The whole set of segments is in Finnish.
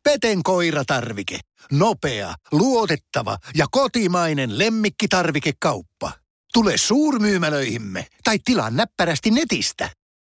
Peten koiratarvike. Nopea, luotettava ja kotimainen lemmikkitarvikekauppa. Tule suurmyymälöihimme tai tilaa näppärästi netistä.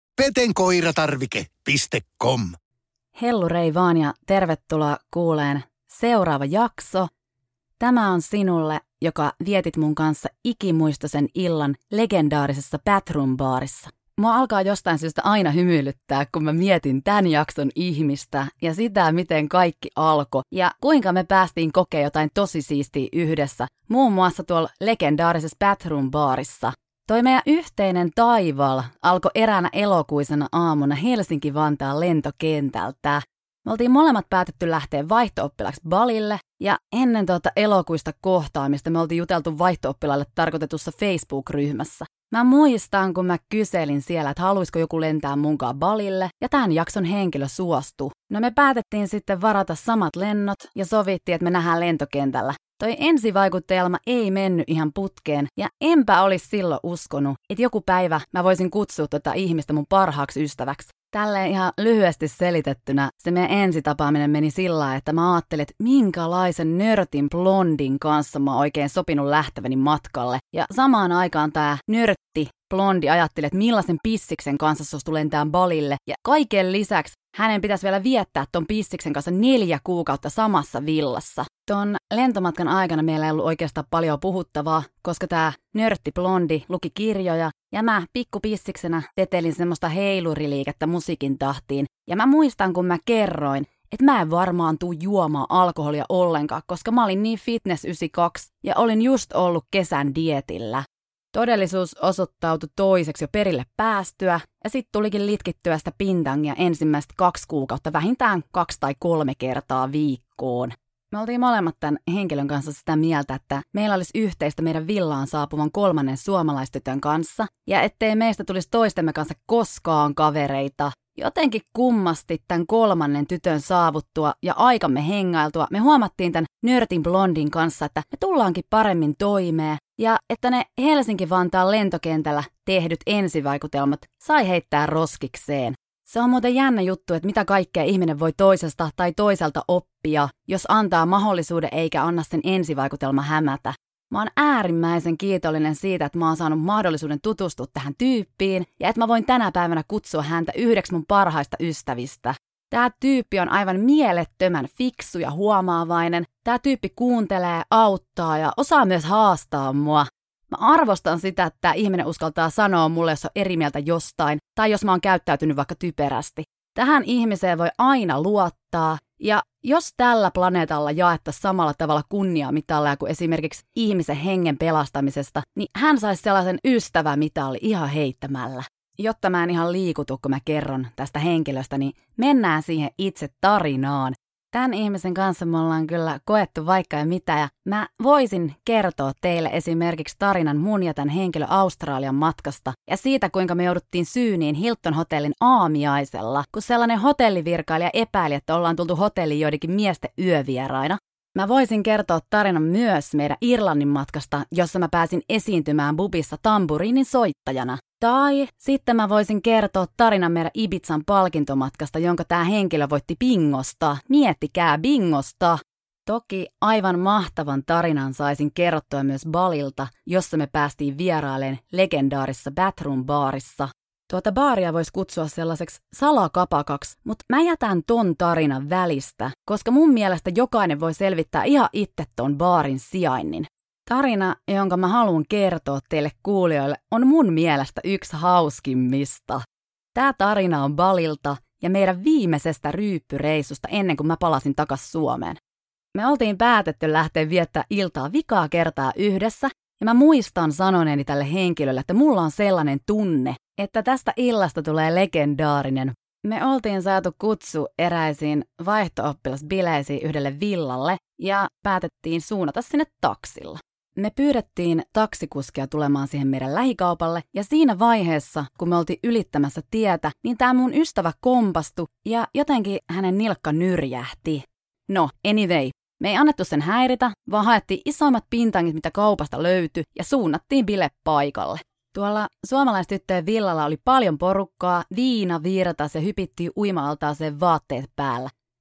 petenkoiratarvike.com. Hellurei vaan ja tervetuloa kuuleen seuraava jakso. Tämä on sinulle, joka vietit mun kanssa ikimuistoisen illan legendaarisessa Bathroom-baarissa. Mua alkaa jostain syystä aina hymyilyttää, kun mä mietin tämän jakson ihmistä ja sitä, miten kaikki alkoi ja kuinka me päästiin kokea jotain tosi siistiä yhdessä, muun muassa tuolla legendaarisessa Bathroom-baarissa. Toi meidän yhteinen taival alkoi eräänä elokuisena aamuna Helsinki-Vantaan lentokentältä. Me oltiin molemmat päätetty lähteä vaihto-oppilaksi Balille ja ennen elokuista kohtaamista me oltiin juteltu vaihto-oppilaille tarkoitetussa Facebook-ryhmässä. Mä muistan, kun mä kyselin siellä, että haluaisiko joku lentää munkaan Balille, ja tämän jakson henkilö suostui. No me päätettiin sitten varata samat lennot ja sovittiin, että me nähdään lentokentällä. Toi ensivaikutelma ei mennyt ihan putkeen, ja enpä olisi silloin uskonut, että joku päivä mä voisin kutsua tota ihmistä mun parhaaksi ystäväksi. Tälleen ihan lyhyesti selitettynä se meidän ensitapaaminen meni sillä lailla, että mä ajattelin, että minkälaisen nörtin blondin kanssa mä oon oikein sopinut lähteväni matkalle. Ja samaan aikaan tää nörtti blondi ajatteli, että millaisen pissiksen kanssa suostu lentää Balille. Ja kaiken lisäksi hänen pitäisi vielä viettää ton pissiksen kanssa 4 kuukautta samassa villassa. Ton lentomatkan aikana meillä ei ollut oikeastaan paljon puhuttavaa, koska tää nörtti blondi luki kirjoja ja mä pikkupissiksenä tetelin semmoista heiluriliikettä musiikin tahtiin. Ja mä muistan, kun mä kerroin, että mä en varmaan tuu juomaan alkoholia ollenkaan, koska mä olin niin fitness 92 ja olin just ollut kesän dietillä. Todellisuus osoittautui toiseksi jo perille päästyä ja sit tulikin litkittyä sitä pintangia ensimmäistä 2 kuukautta vähintään 2 tai 3 kertaa viikkoon. Me oltiin molemmat tämän henkilön kanssa sitä mieltä, että meillä olisi yhteistä meidän villaan saapuvan 3. suomalaistytön kanssa ja ettei meistä tulisi toistemme kanssa koskaan kavereita. Jotenkin kummasti tämän 3. tytön saavuttua ja aikamme hengailtua me huomattiin tämän nörtin blondin kanssa, että me tullaankin paremmin toimeen ja että ne Helsinki-Vantaan lentokentällä tehdyt ensivaikutelmat sai heittää roskikseen. Se on muuten jännä juttu, että mitä kaikkea ihminen voi toisesta tai toiselta oppia, jos antaa mahdollisuuden eikä anna sen ensivaikutelma hämätä. Mä oon äärimmäisen kiitollinen siitä, että mä oon saanut mahdollisuuden tutustua tähän tyyppiin ja että mä voin tänä päivänä kutsua häntä yhdeksi mun parhaista ystävistä. Tää tyyppi on aivan mielettömän fiksu ja huomaavainen. Tää tyyppi kuuntelee, auttaa ja osaa myös haastaa mua. Mä arvostan sitä, että tää ihminen uskaltaa sanoa mulle, jos on eri mieltä jostain tai jos mä oon käyttäytynyt vaikka typerästi. Tähän ihmiseen voi aina luottaa. Ja jos tällä planeetalla jaettaisiin samalla tavalla kunniamitalleja kuin esimerkiksi ihmisen hengen pelastamisesta, niin hän saisi sellaisen ystävämitalli ihan heittämällä. Jotta mä en ihan liikutu, kun mä kerron tästä henkilöstä, niin mennään siihen itse tarinaan. Tämän ihmisen kanssa me ollaan kyllä koettu vaikka ja mitä, ja mä voisin kertoa teille esimerkiksi tarinan mun ja tämän henkilön Australian matkasta, ja siitä kuinka me jouduttiin syyniin Hilton hotellin aamiaisella, kun sellainen hotellivirkailija epäili, että ollaan tultu hotelliin joidenkin miesten yövieraina. Mä voisin kertoa tarinan myös meidän Irlannin matkasta, jossa mä pääsin esiintymään pubissa tamburiinin soittajana. Tai sitten mä voisin kertoa tarinan meidän Ibizan palkintomatkasta, jonka tää henkilö voitti bingosta. Miettikää bingosta! Toki aivan mahtavan tarinan saisin kerrottua myös Balilta, jossa me päästiin vieraileen legendaarisessa Bathroom-baarissa. Tuota baaria voisi kutsua sellaiseksi salakapakaksi, mutta mä jätän ton tarinan välistä, koska mun mielestä jokainen voi selvittää ihan itse ton baarin sijainnin. Tarina, jonka mä haluan kertoa teille kuulijoille, on mun mielestä yksi hauskimmista. Tää tarina on Balilta ja meidän viimeisestä ryyppyreissusta ennen kuin mä palasin takas Suomeen. Me oltiin päätetty lähteä viettää iltaa vikaa kertaa yhdessä, ja mä muistan sanoneeni tälle henkilölle, että mulla on sellainen tunne, että tästä illasta tulee legendaarinen. Me oltiin saatu kutsu eräisiin vaihto-oppilasbileisiin yhdelle villalle ja päätettiin suunnata sinne taksilla. Me pyydettiin taksikuskia tulemaan siihen meidän lähikaupalle ja siinä vaiheessa, kun me oltiin ylittämässä tietä, niin tää mun ystävä kompastui ja jotenkin hänen nilkka nyrjähti. No, anyway, me ei annettu sen häiritä, vaan haettiin isoimmat pintangit, mitä kaupasta löytyi ja suunnattiin bilepaikalle. Tuolla suomalaistyttöjen villalla oli paljon porukkaa, viina virtasi ja hypittiin uima-altaaseen vaatteet päällä.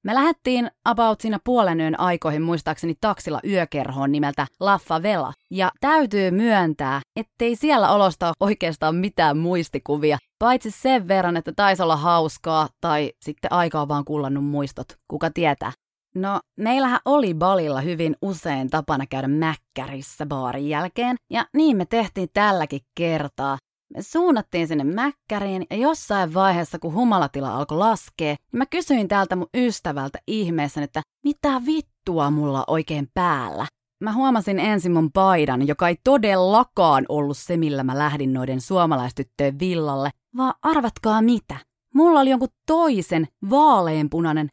Me lähdettiin about siinä puolen yön aikoihin muistaakseni taksilla yökerhoon nimeltä La Favela. Ja täytyy myöntää, ettei siellä olosta ole oikeastaan mitään muistikuvia. Paitsi sen verran, että taisi olla hauskaa tai sitten aika on vaan kullannut muistot. Kuka tietää. No, meillähän oli Balilla hyvin usein tapana käydä mäkkärissä baarin jälkeen. Ja niin me tehtiin tälläkin kertaa. Me suunnattiin sinne mäkkäriin ja jossain vaiheessa, kun humalatila alkoi laskea, niin mä kysyin täältä mun ystävältä ihmeessä, että mitä vittua mulla oikein päällä. Mä huomasin ensin mun paidan, joka ei todellakaan ollut se, millä mä lähdin noiden suomalaistyttöjen villalle, vaan arvatkaa mitä. Mulla oli jonkun toisen vaaleanpunainen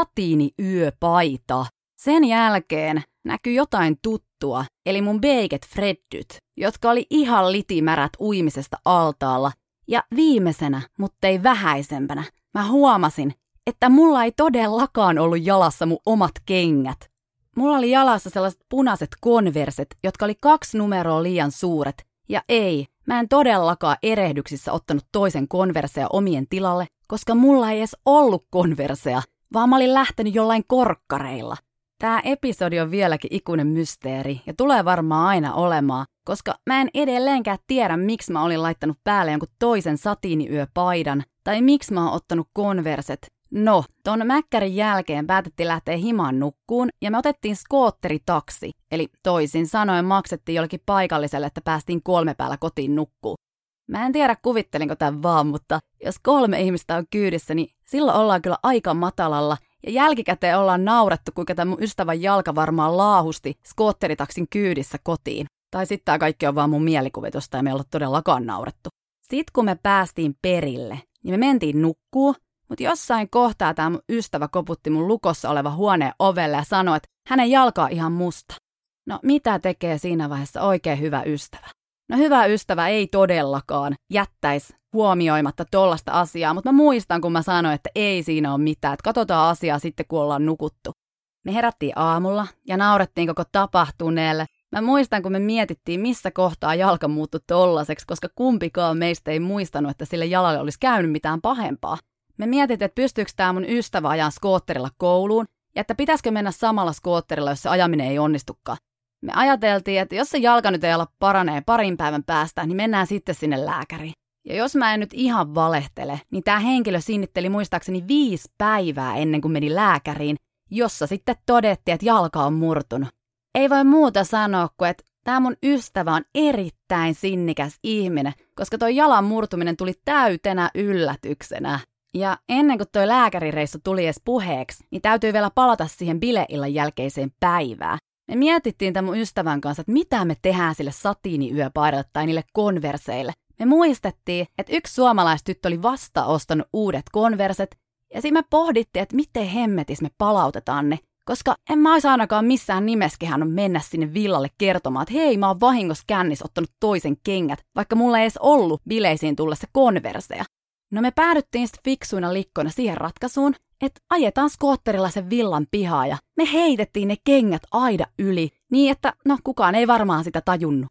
satiiniyöpaita. Sen jälkeen näkyi jotain tuttua, eli mun Baked Freddyt, jotka oli ihan litimärät uimisesta altaalla. Ja viimeisenä, mutta ei vähäisempänä, mä huomasin, että mulla ei todellakaan ollut jalassa mun omat kengät. Mulla oli jalassa sellaiset punaiset Converset, jotka oli 2 numeroa liian suuret. Ja ei, mä en todellakaan erehdyksissä ottanut toisen Converseja omien tilalle, koska mulla ei edes ollut Converseja, vaan mä olin lähtenyt jollain korkkareilla. Tää episodi on vieläkin ikuinen mysteeri ja tulee varmaan aina olemaan, koska mä en edelleenkään tiedä, miksi mä olin laittanut päälle jonkun toisen satiiniyöpaidan tai miksi mä oon ottanut Converset. No, ton mäkkärin jälkeen päätettiin lähteä himaan nukkuun ja me otettiin skootteritaksi, eli toisin sanoen maksettiin jollekin paikalliselle, että päästiin 3 päällä kotiin nukkuun. Mä en tiedä kuvittelinko tämän vaan, mutta jos 3 ihmistä on kyydissä, niin silloin ollaan kyllä aika matalalla ja jälkikäteen ollaan naurettu, kuinka tämän mun ystävän jalka varmaan laahusti skootteritaksin kyydissä kotiin. Tai sitten tää kaikki on vaan mun mielikuvitusta ja me ei olla todellakaan naurettu. Sitten kun me päästiin perille, niin me mentiin nukkuun. Mutta jossain kohtaa tämä mun ystävä koputti mun lukossa oleva huoneen ovelle ja sanoi, että hänen jalka on ihan musta. No mitä tekee siinä vaiheessa oikein hyvä ystävä? No hyvä ystävä ei todellakaan jättäisi huomioimatta tollasta asiaa, mutta mä muistan kun mä sanoin, että ei siinä ole mitään, että katsotaan asiaa sitten kun ollaan nukuttu. Me herättiin aamulla ja naurettiin koko tapahtuneelle. Mä muistan kun me mietittiin missä kohtaa jalka muuttui tollaseksi, koska kumpikaan meistä ei muistanut, että sille jalalle olisi käynyt mitään pahempaa. Me mietit, että pystyykö tämä mun ystävä ajan skootterilla kouluun ja että pitäisikö mennä samalla skootterilla, jos se ajaminen ei onnistukaan. Me ajateltiin, että jos se jalka nyt ei ala paranee 2 päivän päästä, niin mennään sitten sinne lääkäriin. Ja jos mä en nyt ihan valehtele, niin tämä henkilö sinnitteli muistaakseni 5 päivää ennen kuin meni lääkäriin, jossa sitten todettiin, että jalka on murtunut. Ei voi muuta sanoa kuin, että tämä mun ystävä on erittäin sinnikäs ihminen, koska toi jalan murtuminen tuli täytenä yllätyksenä. Ja ennen kuin toi lääkärireissu tuli edes puheeksi, niin täytyy vielä palata siihen bileillan jälkeiseen päivään. Me mietittiin tämän mun ystävän kanssa, että mitä me tehdään sille satiiniyöpaidalle tai niille konverseille. Me muistettiin, että yksi suomalaistyttö oli vasta ostanut uudet konverset, ja siinä me pohdittiin, että miten hemmetis me palautetaan ne, koska en mä olisi ainakaan missään nimessäkään mennä sinne villalle kertomaan, että hei, mä oon vahingossa kännissä ottanut toisen kengät, vaikka mulla ei edes ollut bileisiin tullessa konverseja. No me päädyttiin sitten fiksuina likkoina siihen ratkaisuun, että ajetaan skootterilla sen villan pihaa ja me heitettiin ne kengät aida yli, niin että no kukaan ei varmaan sitä tajunnut.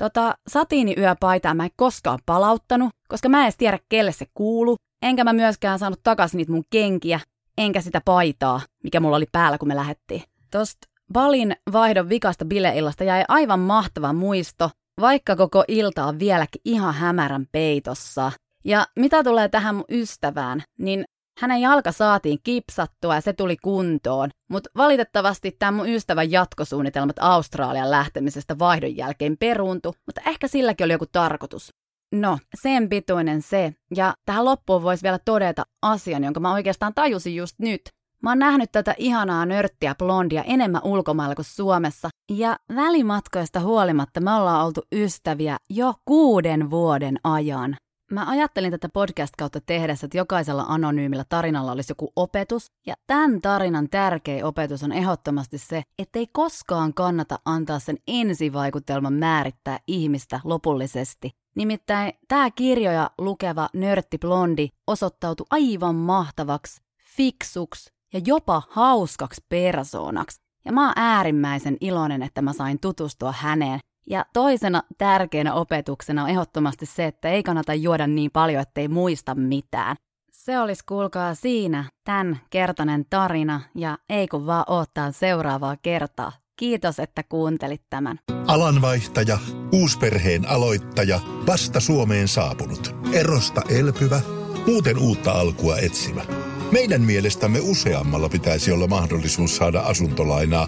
Satiiniyöpaitaa mä en koskaan palauttanut, koska mä en edes tiedä kelle se kuuluu, enkä mä myöskään saanut takaisin niitä mun kenkiä, enkä sitä paitaa, mikä mulla oli päällä kun me lähdettiin. Tosta Balin vaihdon vikasta bileillasta jäi aivan mahtava muisto, vaikka koko ilta on vieläkin ihan hämärän peitossa. Ja mitä tulee tähän mun ystävään, niin hänen jalka saatiin kipsattua ja se tuli kuntoon, mutta valitettavasti tämä mun ystävän jatkosuunnitelmat Australian lähtemisestä vaihdon jälkeen peruuntui, mutta ehkä silläkin oli joku tarkoitus. No, sen pituinen se, ja tähän loppuun voisi vielä todeta asian, jonka mä oikeastaan tajusin just nyt. Mä oon nähnyt tätä ihanaa nörttiä blondia enemmän ulkomailla kuin Suomessa, ja välimatkoista huolimatta me ollaan oltu ystäviä jo 6 vuoden ajan. Mä ajattelin tätä podcast-kautta tehdessä, että jokaisella anonyymillä tarinalla olisi joku opetus, ja tämän tarinan tärkein opetus on ehdottomasti se, ettei koskaan kannata antaa sen ensivaikutelman määrittää ihmistä lopullisesti. Nimittäin tämä kirjoja lukeva nörtti blondi osoittautui aivan mahtavaksi, fiksuksi ja jopa hauskaksi persoonaksi. Ja mä oon äärimmäisen iloinen, että mä sain tutustua häneen. Ja toisena tärkeänä opetuksena on ehdottomasti se, että ei kannata juoda niin paljon, ettei muista mitään. Se olisi kuulkaa siinä tämän kertainen tarina ja ei kun vaan odottaa seuraavaa kertaa. Kiitos, että kuuntelit tämän. Alanvaihtaja, uusperheen aloittaja, vasta Suomeen saapunut, erosta elpyvä, muuten uutta alkua etsimä. Meidän mielestämme useammalla pitäisi olla mahdollisuus saada asuntolainaa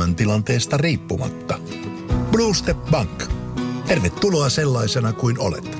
elämäntilanteesta riippumatta. Blue Step Bank. Tervetuloa sellaisena kuin olet.